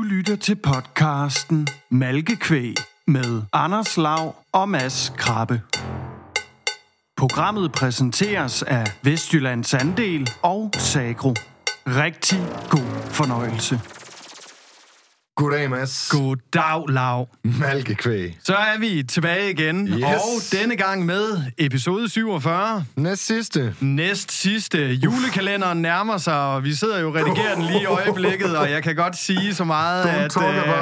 lytter til podcasten Malkekvæg med Anders Lav og Mads Krabbe. Programmet præsenteres af Vestjyllands Andel og Sagro. Rigtig god fornøjelse. Goddag, Mads. Goddag, Lav. Malkekvæg. Så er vi tilbage igen, yes. Og denne gang med episode 47. Næst sidste. Julekalenderen nærmer sig, og vi sidder jo og redigerer den lige i øjeblikket, og jeg kan godt sige så meget, at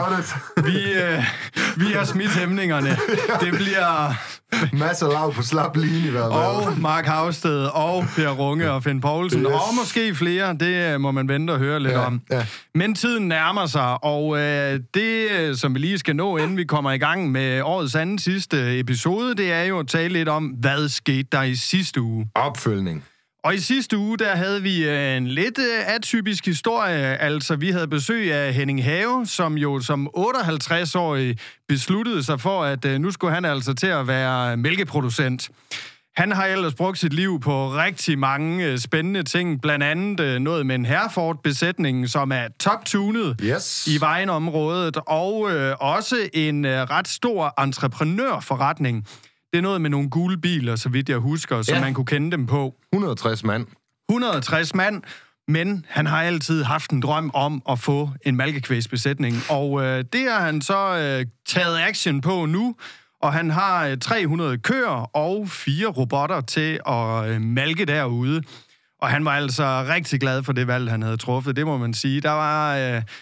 vi har smidt hæmningerne. Det bliver... Masser af lav på slap linje i hvert fald. Og Mark Havsted, og Per Runge og Finn Poulsen, og måske flere. Det må man vente og høre lidt om. Ja. Men tiden nærmer sig, og det, som vi lige skal nå, inden vi kommer i gang med årets anden sidste episode, det er jo at tale lidt om, hvad skete der i sidste uge. Opfølgning. Og i sidste uge, der havde vi en lidt atypisk historie. Altså, vi havde besøg af Henning Have, som jo som 58-årig besluttede sig for, at nu skulle han altså til at være mælkeproducent. Han har ellers brugt sit liv på rigtig mange spændende ting, blandt andet noget med en Hereford-besætning, som er top-tunet i Vejenområdet, og også en ret stor entreprenørforretning. Det er noget med nogle gule biler, så vidt jeg husker, som man kunne kende dem på. 160 mand. 160 mand, men han har altid haft en drøm om at få en malkekvægsbesætning, og det har han så taget action på nu, og han har 300 køer og 4 robotter til at malke derude. Og han var altså rigtig glad for det valg, han havde truffet, det må man sige. Der var,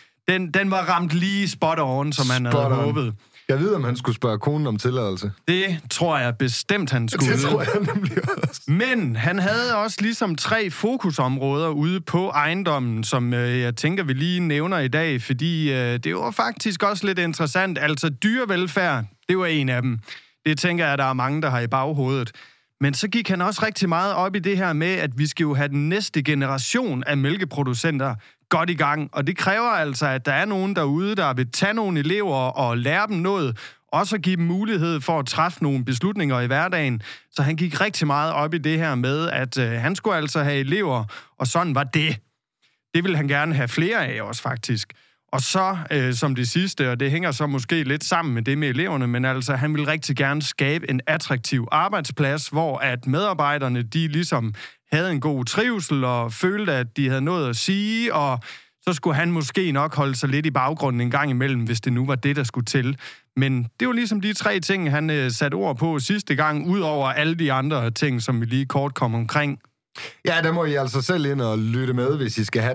den var ramt lige spot on, som han havde håbet. Jeg ved, om han skulle spørge konen om tilladelse. Det tror jeg bestemt, han skulle. Det tror jeg nemlig også. Men han havde også ligesom 3 fokusområder ude på ejendommen, som jeg tænker, vi lige nævner i dag, fordi det var faktisk også lidt interessant. Altså dyrevelfærd, det var en af dem. Det tænker jeg, der er mange, der har i baghovedet. Men så gik han også rigtig meget op i det her med, at vi skal jo have den næste generation af mælkeproducenter godt i gang. Og det kræver altså, at der er nogen derude, der vil tage nogle elever og lære dem noget, og så give dem mulighed for at træffe nogle beslutninger i hverdagen. Så han gik rigtig meget op i det her med, at han skulle altså have elever, og sådan var det. Det ville han gerne have flere af også, faktisk. Og så som det sidste, og det hænger så måske lidt sammen med det med eleverne, men altså han ville rigtig gerne skabe en attraktiv arbejdsplads, hvor at medarbejderne, de ligesom havde en god trivsel og følte, at de havde noget at sige, og så skulle han måske nok holde sig lidt i baggrunden en gang imellem, hvis det nu var det, der skulle til. Men det var ligesom de 3 ting, han satte ord på sidste gang, ud over alle de andre ting, som vi lige kort kom omkring. Ja, der må I altså selv ind og lytte med, hvis I skal have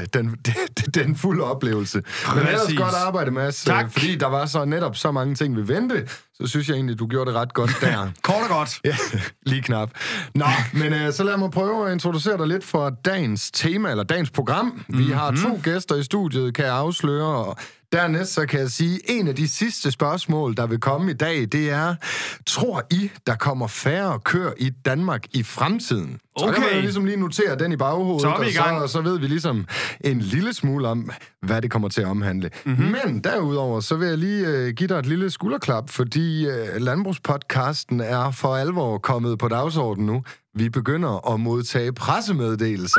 den fulde oplevelse. Men ellers godt arbejde, Mads. Tak. Fordi der var så netop så mange ting, vi ventede, så synes jeg egentlig, du gjorde det ret godt der. Kort og godt. Ja, lige knap. Nå, men så lad mig prøve at introducere dig lidt for dagens tema, eller dagens program. Vi har 2 gæster i studiet, kan jeg afsløre, og dernæst så kan jeg sige, en af de sidste spørgsmål, der vil komme i dag, det er, tror I, der kommer færre køer i Danmark i fremtiden? Så kan man jo ligesom lige notere den i baghovedet, og så ved vi ligesom en lille smule om, hvad det kommer til at omhandle. Men derudover, så vil jeg lige give dig et lille skulderklap, fordi landbrugspodcasten er for alvor kommet på dagsordenen nu. Vi begynder at modtage pressemeddelelser.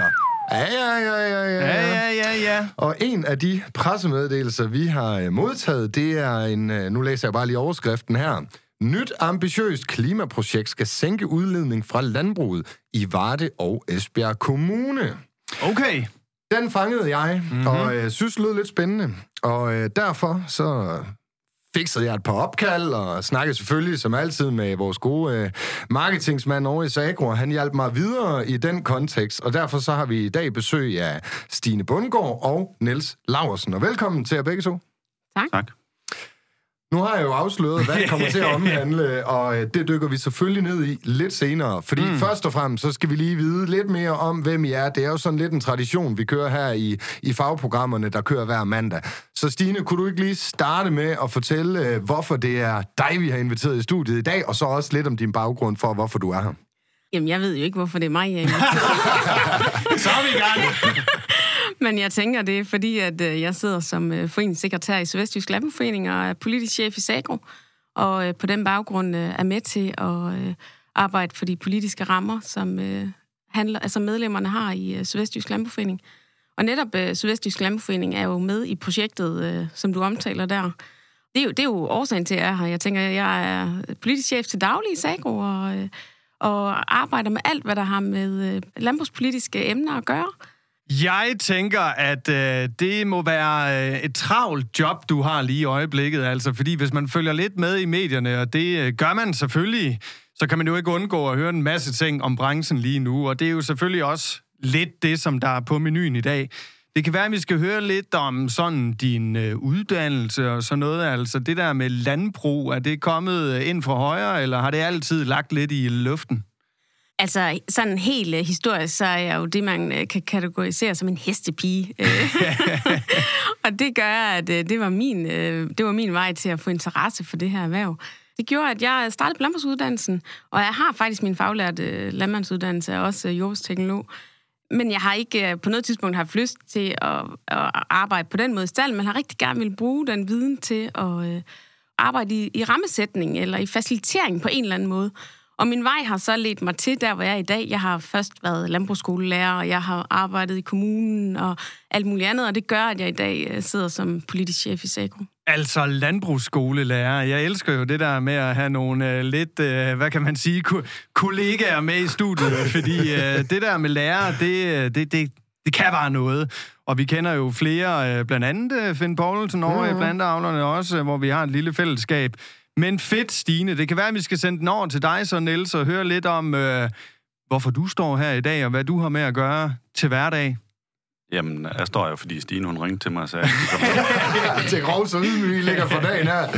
Ja. Og en af de pressemeddelelser, vi har modtaget, det er en, nu læser jeg bare lige overskriften her. Nyt ambitiøst klimaprojekt skal sænke udledning fra landbruget i Varde og Esbjerg Kommune. Okay. Den fangede jeg, og synes lød lidt spændende. Og derfor så fiksede jeg et par opkald, og snakkede selvfølgelig som altid med vores gode marketingsmand over i Sagro. Han hjalp mig videre i den kontekst, og derfor så har vi i dag besøg af Stine Bundgaard og Niels Laursen. Og velkommen til jer begge to. Tak. Nu har jeg jo afsløret, hvad det kommer til at omhandle, og det dykker vi selvfølgelig ned i lidt senere. Fordi først og fremmest, så skal vi lige vide lidt mere om, hvem I er. Det er jo sådan lidt en tradition, vi kører her i fagprogrammerne, der kører hver mandag. Så Stine, kunne du ikke lige starte med at fortælle, hvorfor det er dig, vi har inviteret i studiet i dag, og så også lidt om din baggrund for, hvorfor du er her? Jamen, jeg ved jo ikke, hvorfor det er mig, jeg er inviteret. Så er vi i gang! Men jeg tænker, det er fordi, at jeg sidder som foreningssekretær i Sydvestjysk Landbrugsforening og er politisk chef i Sagro, og på den baggrund er med til at arbejde for de politiske rammer, som handler, altså medlemmerne har i Sydvestjysk Landbrugsforening. Og netop Sydvestjysk Landboforening er jo med i projektet, som du omtaler der. Det er jo årsagen til, at jeg er her. Jeg tænker, jeg er politisk chef til daglig i SAGRO, og arbejder med alt, hvad der har med landbrugspolitiske emner at gøre. Jeg tænker, at det må være et travlt job, du har lige i øjeblikket. Altså, fordi hvis man følger lidt med i medierne, og det gør man selvfølgelig, så kan man jo ikke undgå at høre en masse ting om branchen lige nu. Og det er jo selvfølgelig også lidt det, som der er på menuen i dag. Det kan være, at vi skal høre lidt om sådan din uddannelse og sådan noget. Altså det der med landbrug, er det kommet ind fra højre, eller har det altid lagt lidt i luften? Altså, sådan helt historisk, så er jeg jo det, man kan kategorisere som en hestepige. Og det gør, at det var min vej til at få interesse for det her erhverv. Det gjorde, at jeg startede på landbrugsuddannelsen, og jeg har faktisk min faglærte landmandsuddannelse, også jordbrugsteknolog. Men jeg har ikke på noget tidspunkt haft lyst til at arbejde på den måde i stalden, men har rigtig gerne vil bruge den viden til at arbejde i rammesætning eller i facilitering på en eller anden måde. Og min vej har så ledt mig til der, hvor jeg er i dag. Jeg har først været landbrugsskolelærer, og jeg har arbejdet i kommunen og alt muligt andet, og det gør, at jeg i dag sidder som politisk chef i SAGRO. Altså landbrugsskolelærer. Jeg elsker jo det der med at have nogle lidt, hvad kan man sige, kollegaer med i studiet, fordi det der med lærer, det kan bare noget. Og vi kender jo flere, blandt andet Finn Poulsen over i Planteavlerne også, hvor vi har et lille fællesskab. Men fedt, Stine. Det kan være, at vi skal sende den over til dig, så Niels, og høre lidt om, hvorfor du står her i dag, og hvad du har med at gøre til hverdag. Jamen, jeg står jo, fordi Stine, hun ringte til mig og sagde... til grov, så vi ligger for dagen her.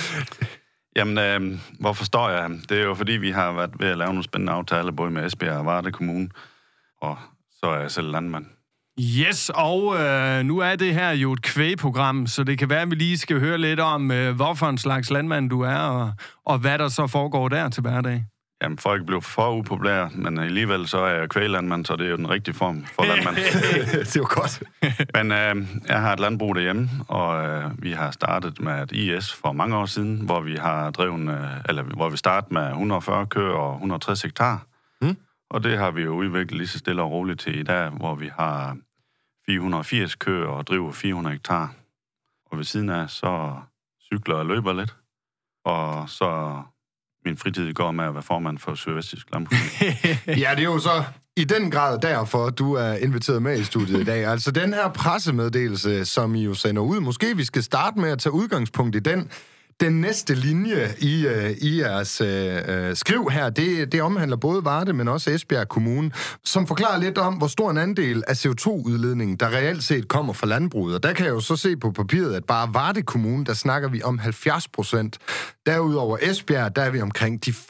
Jamen, hvorfor står jeg? Det er jo, fordi vi har været ved at lave nogle spændende aftaler, både med Esbjerg og Varde Kommune, og så er jeg selv landmand. Yes, og nu er det her jo et kvægprogram, så det kan være, at vi lige skal høre lidt om, hvorfor en slags landmand du er, og hvad der så foregår der til hverdag. Jamen, folk blev for upopulære, men alligevel så er jeg kvæglandmand, så det er jo den rigtige form for landmand. Det er jo godt. Men jeg har et landbrug derhjemme, og vi har startet med et IS for mange år siden, hvor vi har hvor vi startede med 140 køer og 160 hektar. Og det har vi jo udviklet lige så stille og roligt til i dag, hvor vi har 480 køer og driver 400 hektar. Og ved siden af, så cykler og løber lidt. Og så min fritid går med at være formand for Sydvestjysk Landboforening. Ja, det er jo så i den grad derfor, du er inviteret med i studiet i dag. Altså den her pressemeddelelse, som I jo sender ud. Måske vi skal starte med at tage udgangspunkt i den. Den næste linje i jeres skriv her, det omhandler både Varde, men også Esbjerg Kommune, som forklarer lidt om, hvor stor en andel af CO2-udledningen, der reelt set kommer fra landbruget. Og der kan jeg jo så se på papiret, at bare Varde Kommune, der snakker vi om 70%. Derudover Esbjerg, der er vi omkring de 40%.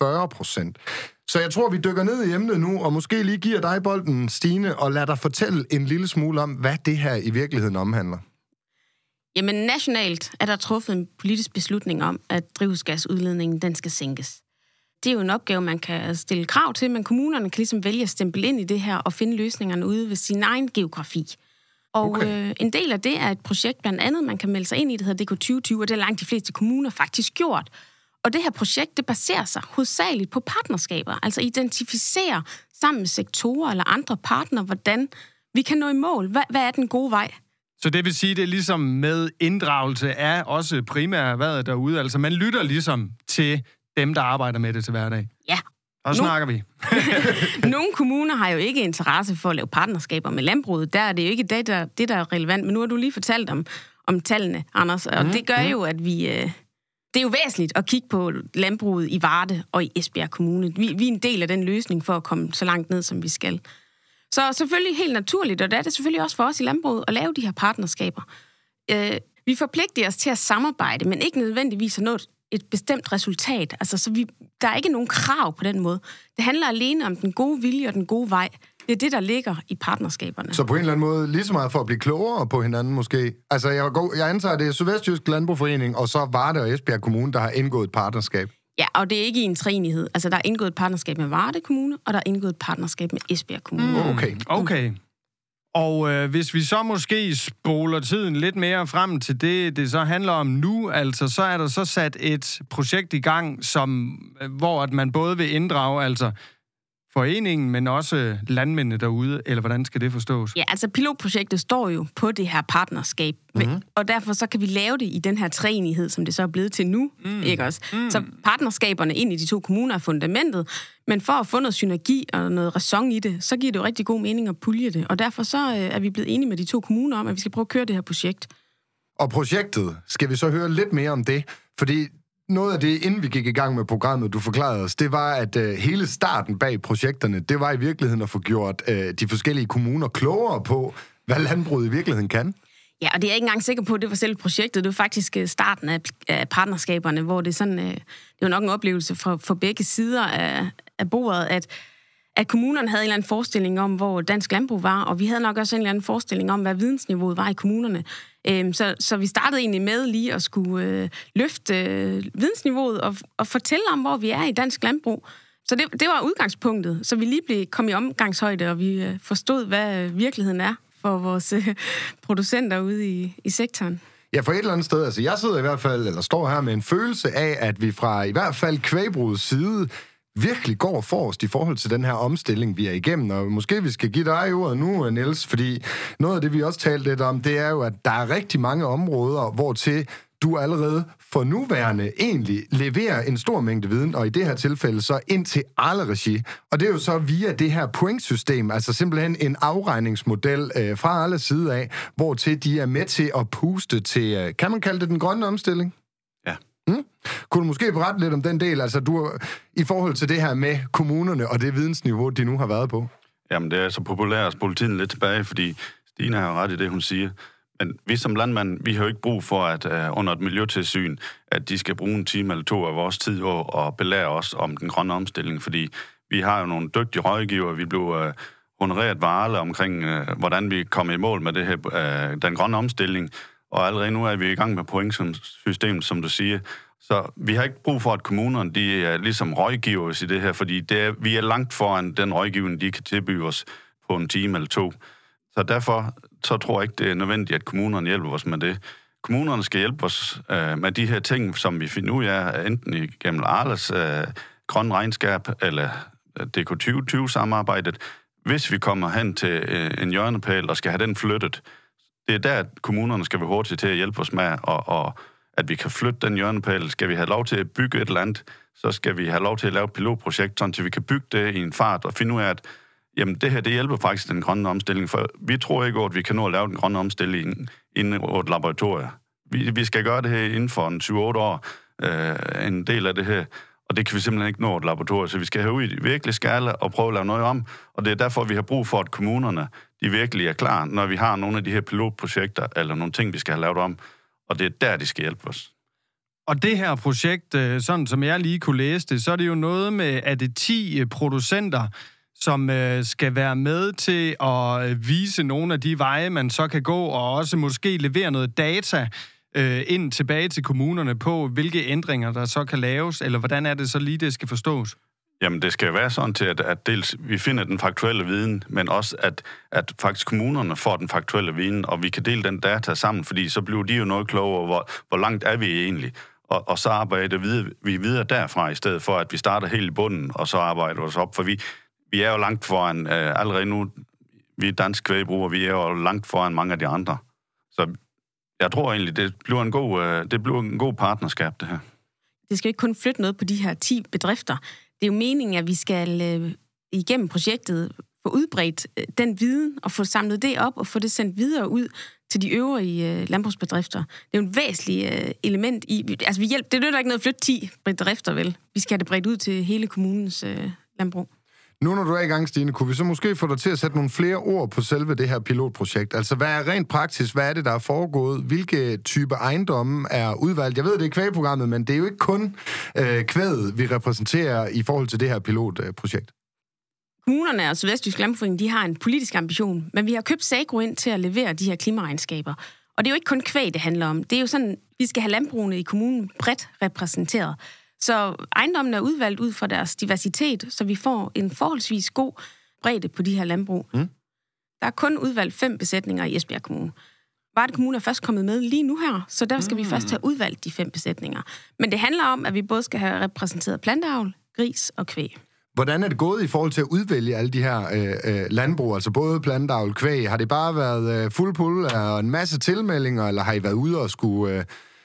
Så jeg tror, vi dykker ned i emnet nu, og måske lige giver dig bolden, Stine, og lad dig fortælle en lille smule om, hvad det her i virkeligheden omhandler. Jamen, nationalt er der truffet en politisk beslutning om, at drivhusgasudledningen, den skal sænkes. Det er jo en opgave, man kan stille krav til, men kommunerne kan ligesom vælge at stemple ind i det her og finde løsningerne ude ved sin egen geografi. Og en del af det er et projekt, blandt andet, man kan melde sig ind i, det hedder DK 2020, og det er langt de fleste kommuner faktisk gjort. Og det her projekt, det baserer sig hovedsageligt på partnerskaber, altså identificere sammen med sektorer eller andre partnere, hvordan vi kan nå i mål. Hvad er den gode vej? Så det vil sige, det er ligesom med inddragelse af også primærerhvervet derude. Altså man lytter ligesom til dem, der arbejder med det til hverdag. Ja. Og snakker vi. Nogle kommuner har jo ikke interesse for at lave partnerskaber med landbruget. Der er det jo ikke det, der er relevant. Men nu har du lige fortalt om tallene, Anders. Og det gør jo, at vi... Det er jo væsentligt at kigge på landbruget i Varde og i Esbjerg Kommune. Vi er en del af den løsning for at komme så langt ned, som vi skal. Så selvfølgelig helt naturligt, og det er det selvfølgelig også for os i landbruget, at lave de her partnerskaber. Vi forpligter os til at samarbejde, men ikke nødvendigvis at nå et bestemt resultat. Altså, så der er ikke nogen krav på den måde. Det handler alene om den gode vilje og den gode vej. Det er det, der ligger i partnerskaberne. Så på en eller anden måde, lige så meget for at blive klogere på hinanden måske. Altså, jeg antager, det er Sydvestjysk Landboforening, og så Varde og Esbjerg Kommune, der har indgået et partnerskab. Ja, og det er ikke i en treenighed. Altså, der er indgået et partnerskab med Varde Kommune, og der er indgået et partnerskab med Esbjerg Kommune. Okay. Og hvis vi så måske spoler tiden lidt mere frem til det så handler om nu, altså så er der så sat et projekt i gang, hvor at man både vil inddrage altså foreningen, men også landmændene derude, eller hvordan skal det forstås? Ja, altså pilotprojektet står jo på det her partnerskab, og derfor så kan vi lave det i den her treenighed, som det så er blevet til nu, ikke også? Så partnerskaberne ind i de 2 kommuner er fundamentet, men for at få noget synergi og noget ræson i det, så giver det jo rigtig god mening at pulje det, og derfor så er vi blevet enige med de 2 kommuner om, at vi skal prøve at køre det her projekt. Og projektet, skal vi så høre lidt mere om det? Fordi noget af det, inden vi gik i gang med programmet, du forklarede os, det var, at hele starten bag projekterne, det var i virkeligheden at få gjort de forskellige kommuner klogere på, hvad landbruget i virkeligheden kan. Ja, og det er jeg ikke engang sikker på, at det var selve projektet. Det var faktisk starten af partnerskaberne, hvor det sådan, det var nok en oplevelse for begge sider af bordet, at kommunerne havde en eller anden forestilling om, hvor dansk landbrug var, og vi havde nok også en eller anden forestilling om, hvad vidensniveauet var i kommunerne. Så vi startede egentlig med lige at skulle løfte vidensniveauet og fortælle om, hvor vi er i dansk landbrug. Så det var udgangspunktet, så vi lige kom i omgangshøjde, og vi forstod, hvad virkeligheden er for vores producenter ude i sektoren. Ja, for et eller andet sted, altså jeg sidder i hvert fald, eller står her med en følelse af, at vi fra i hvert fald kvægbrugets side virkelig går forrest i forhold til den her omstilling, vi er igennem. Og måske vi skal give dig ordet nu, Niels, fordi noget af det, vi også talte lidt om, det er jo, at der er rigtig mange områder, hvor til du allerede for nuværende egentlig leverer en stor mængde viden, og i det her tilfælde så ind til alle regi. Og det er jo så via det her pointsystem, altså simpelthen en afregningsmodel fra alle sider af, hvor til de er med til at puste til, kan man kalde det den grønne omstilling? Ja. Kunne du måske berette lidt om den del, altså du i forhold til det her med kommunerne og det vidensniveau, de nu har været på? Jamen, det er så populært at spole tiden lidt tilbage, fordi Stine har jo ret i det, hun siger. Men vi som landmand, vi har jo ikke brug for, at under et miljøtilsyn, at de skal bruge en time eller 2 af vores tid og belære os om den grønne omstilling, fordi vi har jo nogle dygtige rådgivere, vi blev honoreret varele omkring, hvordan vi kommer i mål med det her, den grønne omstilling, og allerede nu er vi i gang med pointsystemet, som du siger. Så vi har ikke brug for, at kommunerne de er ligesom rådgiver os i det her, fordi vi er langt foran den rådgivning, de kan tilbyde os på en time eller 2. Så derfor så tror jeg ikke, det er nødvendigt, at kommunerne hjælper os med det. Kommunerne skal hjælpe os med de her ting, som vi finder ud af, enten igennem Arles grønne regnskab eller DK 2020-samarbejdet. Hvis vi kommer hen til en hjørnepæl og skal have den flyttet, det er der, at kommunerne skal være hurtige til at hjælpe os med, og at vi kan flytte den hjørnepæl. Skal vi have lov til at bygge et eller andet, så skal vi have lov til at lave et pilotprojekt, så vi kan bygge det i en fart og finde ud af, at jamen, det her, det hjælper faktisk den grønne omstilling, for vi tror ikke, at vi kan nå at lave den grønne omstilling inden et laboratorium. Vi skal gøre det her inden for en 7-8 år, en del af det her, og det kan vi simpelthen ikke nå et laboratorium, så vi skal have ud i virkelig skala og prøve at lave noget om, og det er derfor, vi har brug for, at kommunerne, de virkelig er klar, når vi har nogle af de her pilotprojekter, eller nogle ting, vi skal have lavet om, og det er der, de skal hjælpe os. Og det her projekt, sådan som jeg lige kunne læse det, så er det jo noget med, at det 10 producenter, som skal være med til at vise nogle af de veje, man så kan gå, og også måske levere noget data ind tilbage til kommunerne på, hvilke ændringer der så kan laves, eller hvordan er det så lige, det skal forstås? Jamen, det skal være sådan til, at dels vi finder den faktuelle viden, men også, at faktisk kommunerne får den faktuelle viden, og vi kan dele den data sammen, fordi så bliver de jo noget klogere, hvor langt er vi egentlig. Og så arbejder vi videre derfra, i stedet for, at vi starter helt i bunden, og så arbejder os op, for vi er jo langt foran, allerede nu, vi er dansk kvægbrugere, vi er jo langt foran mange af de andre. Så jeg tror egentlig, det bliver en god partnerskab, det her. Det skal ikke kun flytte noget på de her 10 bedrifter. Det er jo meningen, at vi skal igennem projektet få udbredt den viden og få samlet det op og få det sendt videre ud til de øvrige landbrugsbedrifter. Det er jo et væsentligt element i... Altså, det nytter ikke noget at flytte 10 bedrifter, vel? Vi skal have det bredt ud til hele kommunens landbrug. Nu, når du er i gang, Stine, kunne vi så måske få dig til at sætte nogle flere ord på selve det her pilotprojekt? Altså, hvad er rent praktisk? Hvad er det, der er foregået? Hvilke type ejendomme er udvalgt? Jeg ved, det er kvægprogrammet, men det er jo ikke kun kvæget, vi repræsenterer i forhold til det her pilotprojekt. Kommunerne og Sydvestjysk Landbrugsforening, de har en politisk ambition, men vi har købt Sagro ind til at levere de her klimaregnskaber. Og det er jo ikke kun kvæg, det handler om. Det er jo sådan, vi skal have landbrugene i kommunen bredt repræsenteret. Så ejendommen er udvalgt ud fra deres diversitet, så vi får en forholdsvis god bredde på de her landbrug. Der er kun udvalgt 5 besætninger i Esbjerg Kommune. Varde Kommune er først kommet med lige nu her, så der skal vi først have udvalgt de 5 besætninger. Men det handler om, at vi både skal have repræsenteret planteavl, gris og kvæg. Hvordan er det gået i forhold til at udvælge alle de her landbrug, altså både plantavl, kvæg? Har det bare været fuld pull og en masse tilmeldinger, eller har I været ude og skulle...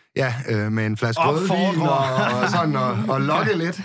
med en flaske rødvin og sådan, og lokke lidt.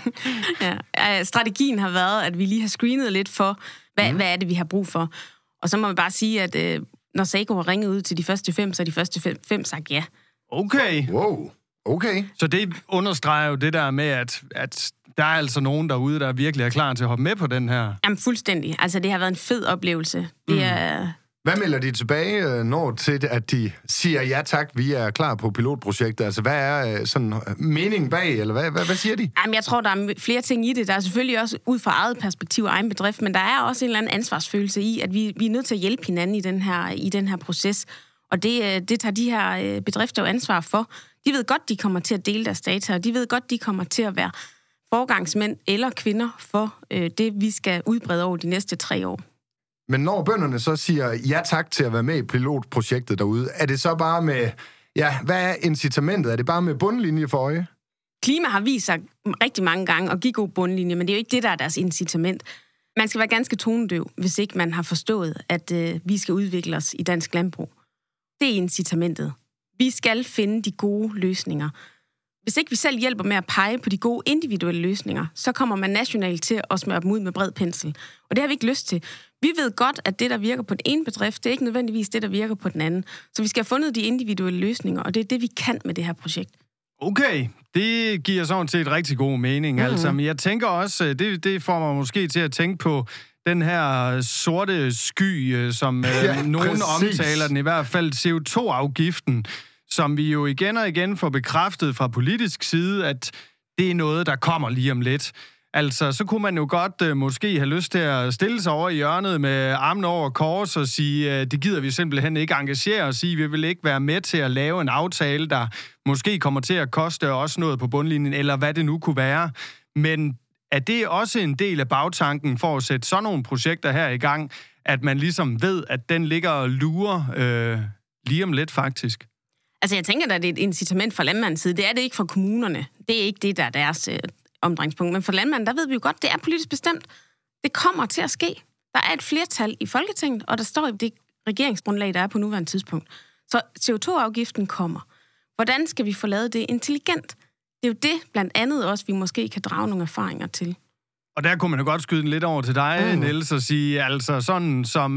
Ja, strategien har været, at vi lige har screenet lidt for, hvad er det, vi har brug for. Og så må vi bare sige, at når Saco har ringet ud til de første 5, så er de første 5 sagt ja. Okay. Wow, okay. Så det understreger jo det der med, at der er altså nogen derude, der virkelig er klar til at hoppe med på den her. Jamen fuldstændig. Altså, det har været en fed oplevelse. Det er... Hvad melder de tilbage, når til, at de siger, ja tak, vi er klar på pilotprojektet? Altså, hvad er sådan meningen bag, eller hvad siger de? Jamen, jeg tror, der er flere ting i det. Der er selvfølgelig også ud fra eget perspektiv og egen bedrift, men der er også en eller anden ansvarsfølelse i, at vi er nødt til at hjælpe hinanden i den her proces. Og det tager de her bedrifter jo ansvar for. De ved godt, de kommer til at dele deres data, og de ved godt, de kommer til at være forgangsmænd eller kvinder for det, vi skal udbrede over de næste 3 år. Men når bønderne så siger ja tak til at være med i pilotprojektet derude, er det så bare med, hvad er incitamentet? Er det bare med bundlinje for øje? Klima har vist sig rigtig mange gange at give god bundlinje, men det er jo ikke det, der er deres incitament. Man skal være ganske tonedøv, hvis ikke man har forstået, at vi skal udvikle os i dansk landbrug. Det er incitamentet. Vi skal finde de gode løsninger. Hvis ikke vi selv hjælper med at pege på de gode individuelle løsninger, så kommer man nationalt til at smøre dem ud med bred pensel. Og det har vi ikke lyst til. Vi ved godt, at det, der virker på den ene bedrift, det er ikke nødvendigvis det, der virker på den anden. Så vi skal have fundet de individuelle løsninger, og det er det, vi kan med det her projekt. Okay, det giver sådan set rigtig god mening. Altså, men jeg tænker også, det får mig måske til at tænke på den her sorte sky, som nogen omtaler den, i hvert fald CO2-afgiften, som vi jo igen og igen får bekræftet fra politisk side, at det er noget, der kommer lige om lidt. Altså, så kunne man jo godt måske have lyst til at stille sig over i hjørnet med armen over kors og sige, det gider vi simpelthen ikke engagere os i. Vi vil ikke være med til at lave en aftale, der måske kommer til at koste os noget på bundlinjen, eller hvad det nu kunne være. Men er det også en del af bagtanken for at sætte sådan nogle projekter her i gang, at man ligesom ved, at den ligger og lurer lige om lidt faktisk? Altså, jeg tænker, at det er et incitament fra landmandens side. Det er det ikke fra kommunerne. Det er ikke det, der er deres omdrejningspunkt. Men for landmanden, der ved vi jo godt, det er politisk bestemt. Det kommer til at ske. Der er et flertal i Folketinget, og der står i det regeringsgrundlag, der er på nuværende tidspunkt. Så CO2-afgiften kommer. Hvordan skal vi få lavet det intelligent? Det er jo det, blandt andet også, vi måske kan drage nogle erfaringer til. Og der kunne man jo godt skyde den lidt over til dig, Niels, og sige, altså sådan som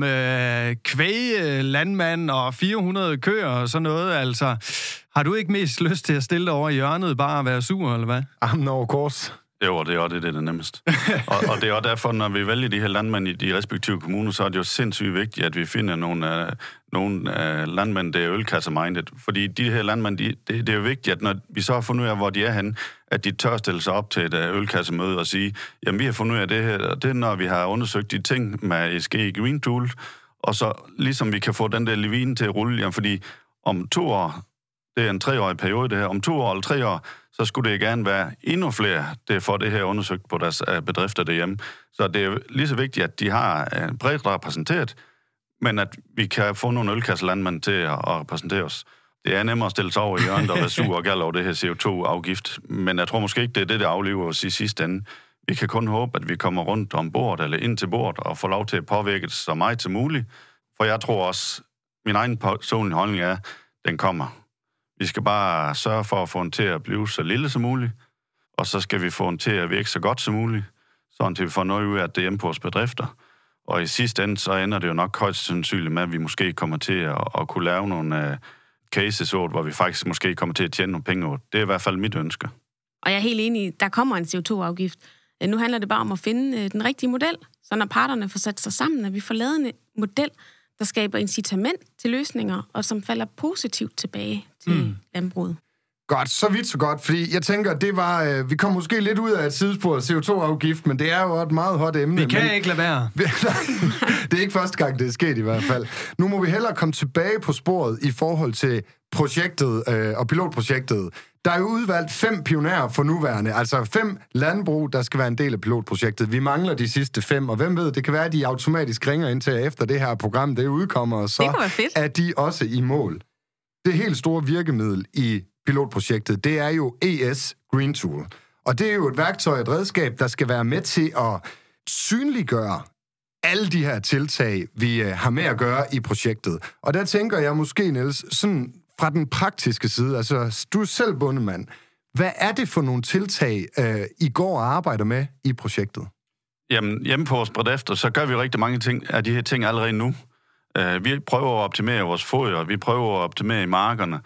kvæg, landmand og 400 køer og sådan noget, altså, har du ikke mest lyst til at stille dig over i hjørnet, bare at være sur, eller hvad? Armen over kors. Jo, det er også det er det nemmest. og det er også derfor, når vi vælger de her landmænd i de respektive kommuner, så er det jo sindssygt vigtigt, at vi finder nogle landmænd, der er ølkasse-minded. Fordi de her landmænd, det er jo vigtigt, at når vi så har fundet ud af, hvor de er henne, at de tør stille sig op til et ølkassemøde og sige, jamen vi har fundet ud af det her, og det er, når vi har undersøgt de ting med SG Green Tool, og så ligesom vi kan få den der levine til at rulle, jamen, fordi om 2 år, det er en 3-årig periode det her, om 2 år eller 3 år, så skulle det gerne være endnu flere, der får det her undersøgt på deres bedrifter derhjemme. Så det er lige så vigtigt, at de har bredt repræsenteret, men at vi kan få nogle ølkasselandmænd til at repræsentere os. Det er nemmere at stille sig over i hjørnet og være sur og gal over det her CO2-afgift, men jeg tror måske ikke, det er det, der aflever os i sidste ende. Vi kan kun håbe, at vi kommer rundt om bord eller ind til bord og får lov til at påvirke det så meget som muligt. For jeg tror også, min egen personlige holdning er, den kommer. Vi skal bare sørge for at få den til at blive så lille som muligt, og så skal vi få den til at virke så godt som muligt, sådan til vi får noget ud af det hjemme på vores bedrifter. Og i sidste ende, så ender det jo nok højst sandsynligt med, at vi måske kommer til at kunne lave nogle cases, hvor vi faktisk måske kommer til at tjene nogle penge. Det er i hvert fald mit ønske. Og jeg er helt enig, der kommer en CO2-afgift. Nu handler det bare om at finde den rigtige model, så når parterne får sat sig sammen, at vi får lavet en model, der skaber incitament til løsninger, og som falder positivt tilbage til landbruget. Godt, så vidt så godt, fordi jeg tænker, det var, vi kom måske lidt ud af et sidespor af CO2-afgift, men det er jo et meget hot emne. Vi kan ikke lade være. Det er ikke første gang, det er sket i hvert fald. Nu må vi hellere komme tilbage på sporet i forhold til projektet og pilotprojektet. Der er jo udvalgt 5 pionerer for nuværende, altså 5 landbrug, der skal være en del af pilotprojektet. Vi mangler de sidste 5, og hvem ved, det kan være, at de automatisk ringer ind til efter det her program, det udkommer, og så er de også i mål. Det helt store virkemiddel i pilotprojektet, det er jo ES Green Tool. Og det er jo et værktøj, et redskab, der skal være med til at synliggøre alle de her tiltag, vi har med at gøre i projektet. Og der tænker jeg måske, Niels, sådan fra den praktiske side, altså du er selv bondemand. Hvad er det for nogle tiltag, I går og arbejder med i projektet? Jamen, hjemme på vores bedrifter, så gør vi rigtig mange ting af de her ting allerede nu. Vi prøver at optimere vores foder, vi prøver at optimere i markerne.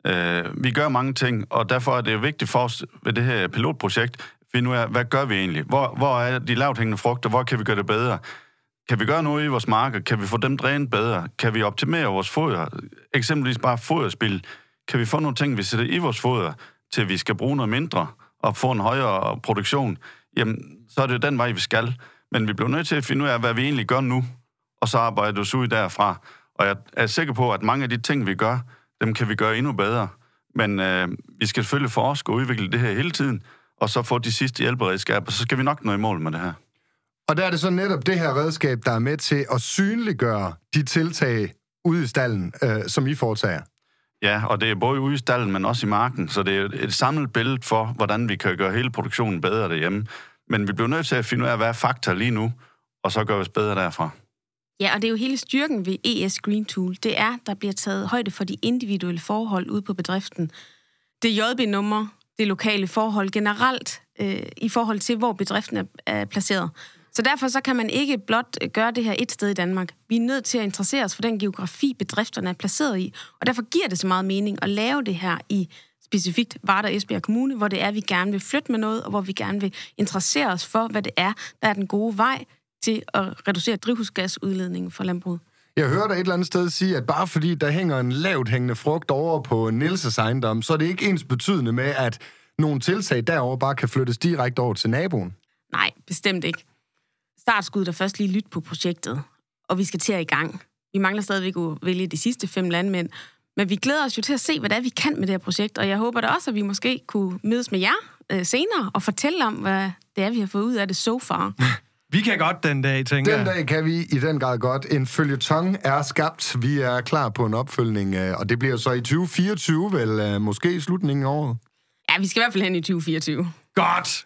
Vi gør mange ting, og derfor er det vigtigt for os ved det her pilotprojekt, at finde ud af, hvad gør vi egentlig? Hvor er de lavthængende frugter? Hvor kan vi gøre det bedre? Kan vi gøre noget i vores marker? Kan vi få dem drænet bedre? Kan vi optimere vores foder? Eksempelvis bare foderspil. Kan vi få nogle ting, vi sætter i vores foder, til vi skal bruge noget mindre og få en højere produktion? Jamen, så er det den vej, vi skal. Men vi bliver nødt til at finde ud af, hvad vi egentlig gør nu, og så arbejder os ud derfra. Og jeg er sikker på, at mange af de ting, vi gør, dem kan vi gøre endnu bedre. Men vi skal selvfølgelig forske og udvikle det her hele tiden, og så få de sidste hjælperedskaber, så skal vi nok nå i mål med det her. Og der er det så netop det her redskab, der er med til at synliggøre de tiltag ude i stallen, som I foretager. Ja, og det er både ude i stallen, men også i marken, så det er et samlet billede for, hvordan vi kan gøre hele produktionen bedre derhjemme. Men vi bliver nødt til at finde ud af, hvad er fakta lige nu, og så gør vi os bedre derfra. Ja, og det er jo hele styrken ved ES Green Tool. Det er, der bliver taget højde for de individuelle forhold ude på bedriften. Det JB-nummer, det lokale forhold generelt, i forhold til, hvor bedriften er placeret. Så derfor så kan man ikke blot gøre det her et sted i Danmark. Vi er nødt til at interessere os for den geografi, bedrifterne er placeret i. Og derfor giver det så meget mening at lave det her i specifikt Varde og Esbjerg Kommune, hvor det er, vi gerne vil flytte med noget, og hvor vi gerne vil interessere os for, hvad det er, der er den gode vej til at reducere drivhusgasudledningen for landbruget. Jeg hørte et eller andet sted sige, at bare fordi der hænger en lavt hængende frugt over på Nielses ejendom, så er det ikke ens betydende med, at nogle tiltag derover bare kan flyttes direkte over til naboen. Nej, bestemt ikke. Startskuddet er først lige lyt på projektet, og vi skal til at i gang. Vi mangler stadigvæk at vælge de sidste 5 landmænd, men vi glæder os jo til at se, hvad det er, vi kan med det her projekt, og jeg håber da også, at vi måske kunne mødes med jer senere og fortælle om, hvad det er, vi har fået ud af det so far. Vi kan godt den dag, tænker jeg. Den dag kan vi i den grad godt. En føljeton er skabt. Vi er klar på en opfølgning, og det bliver så i 2024, vel måske i slutningen af året. Ja, vi skal i hvert fald hen i 2024. Godt!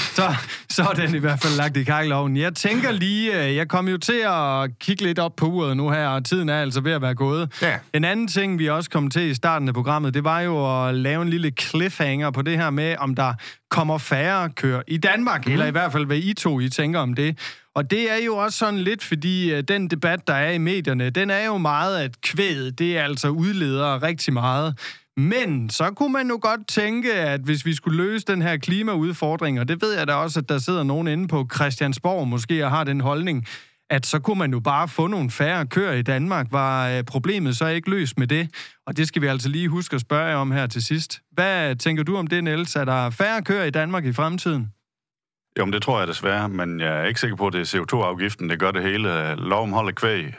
Så er den i hvert fald lagt i kakkelovnen. Jeg tænker lige, jeg kom jo til at kigge lidt op på uret nu her, og tiden er altså ved at være gået. Ja. En anden ting, vi også kom til i starten af programmet, det var jo at lave en lille cliffhanger på det her med, om der kommer færre køer i Danmark, eller i hvert fald hvad I tænker om det. Og det er jo også sådan lidt, fordi den debat, der er i medierne, den er jo meget, at kvæget, det er altså udleder rigtig meget. Men så kunne man jo godt tænke, at hvis vi skulle løse den her klimaudfordring, og det ved jeg da også, at der sidder nogen inde på Christiansborg måske og har den holdning, at så kunne man jo bare få nogle færre køer i Danmark. Var problemet så ikke løst med det? Og det skal vi altså lige huske at spørge jer om her til sidst. Hvad tænker du om det, Niels? Er der færre køer i Danmark i fremtiden? Jo, men det tror jeg desværre, men jeg er ikke sikker på, at det er CO2-afgiften, det gør det hele. Lov om hold af kvæg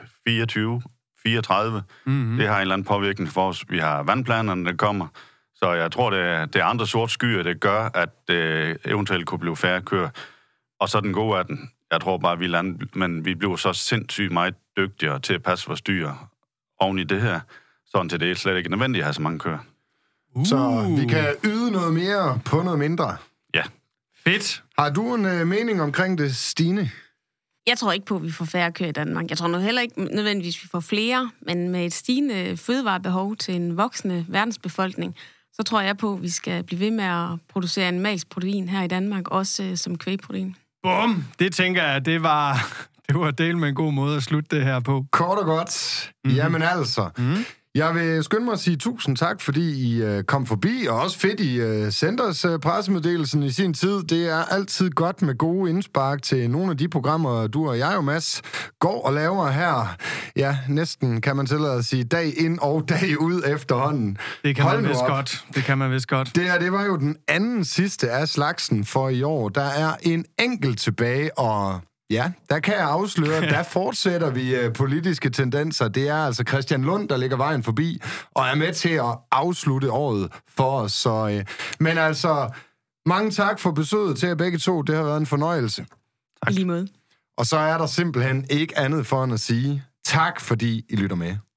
34. Mm-hmm. Det har en eller anden påvirkning for os. Vi har vandplanerne, der kommer. Så jeg tror, det er andre sorte skyer, det gør, at eventuelt kunne blive færre køer. Og så den gode af den. Jeg tror bare, men vi bliver så sindssygt meget dygtigere til at passe vores dyr oven i det her. Sådan til det er slet ikke nødvendigt at have så mange køer. Så vi kan yde noget mere på noget mindre. Ja. Fedt. Har du en mening omkring det, Stine? Jeg tror ikke på, at vi får færre køer i Danmark. Jeg tror nu heller ikke nødvendigvis, at vi får flere, men med et stigende fødevarebehov til en voksende verdensbefolkning, så tror jeg på, at vi skal blive ved med at producere animalsk protein her i Danmark, også som kvægprotein. Bum! Det tænker jeg, det var del med en god måde at slutte det her på. Kort og godt. Mm-hmm. Jamen altså. Mm-hmm. Jeg vil skynde mig at sige tusind tak, fordi I kom forbi, og også fedt, I sendte os pressemeddelelsen i sin tid. Det er altid godt med gode indspark til nogle af de programmer, du og jeg og Mads går og laver her. Ja, næsten kan man tillade at sige dag ind og dag ud efterhånden. Det kan man vist godt. Det kan man vist godt. Det var jo den anden sidste af slagsen for i år. Der er en enkelt tilbage, og ja, der kan jeg afsløre, der fortsætter vi politiske tendenser. Det er altså Christian Lund, der ligger vejen forbi, og er med til at afslutte året for os. Så, men altså, mange tak for besøget til jer begge to. Det har været en fornøjelse. Tak. I lige måde. Og så er der simpelthen ikke andet for end at sige tak, fordi I lytter med.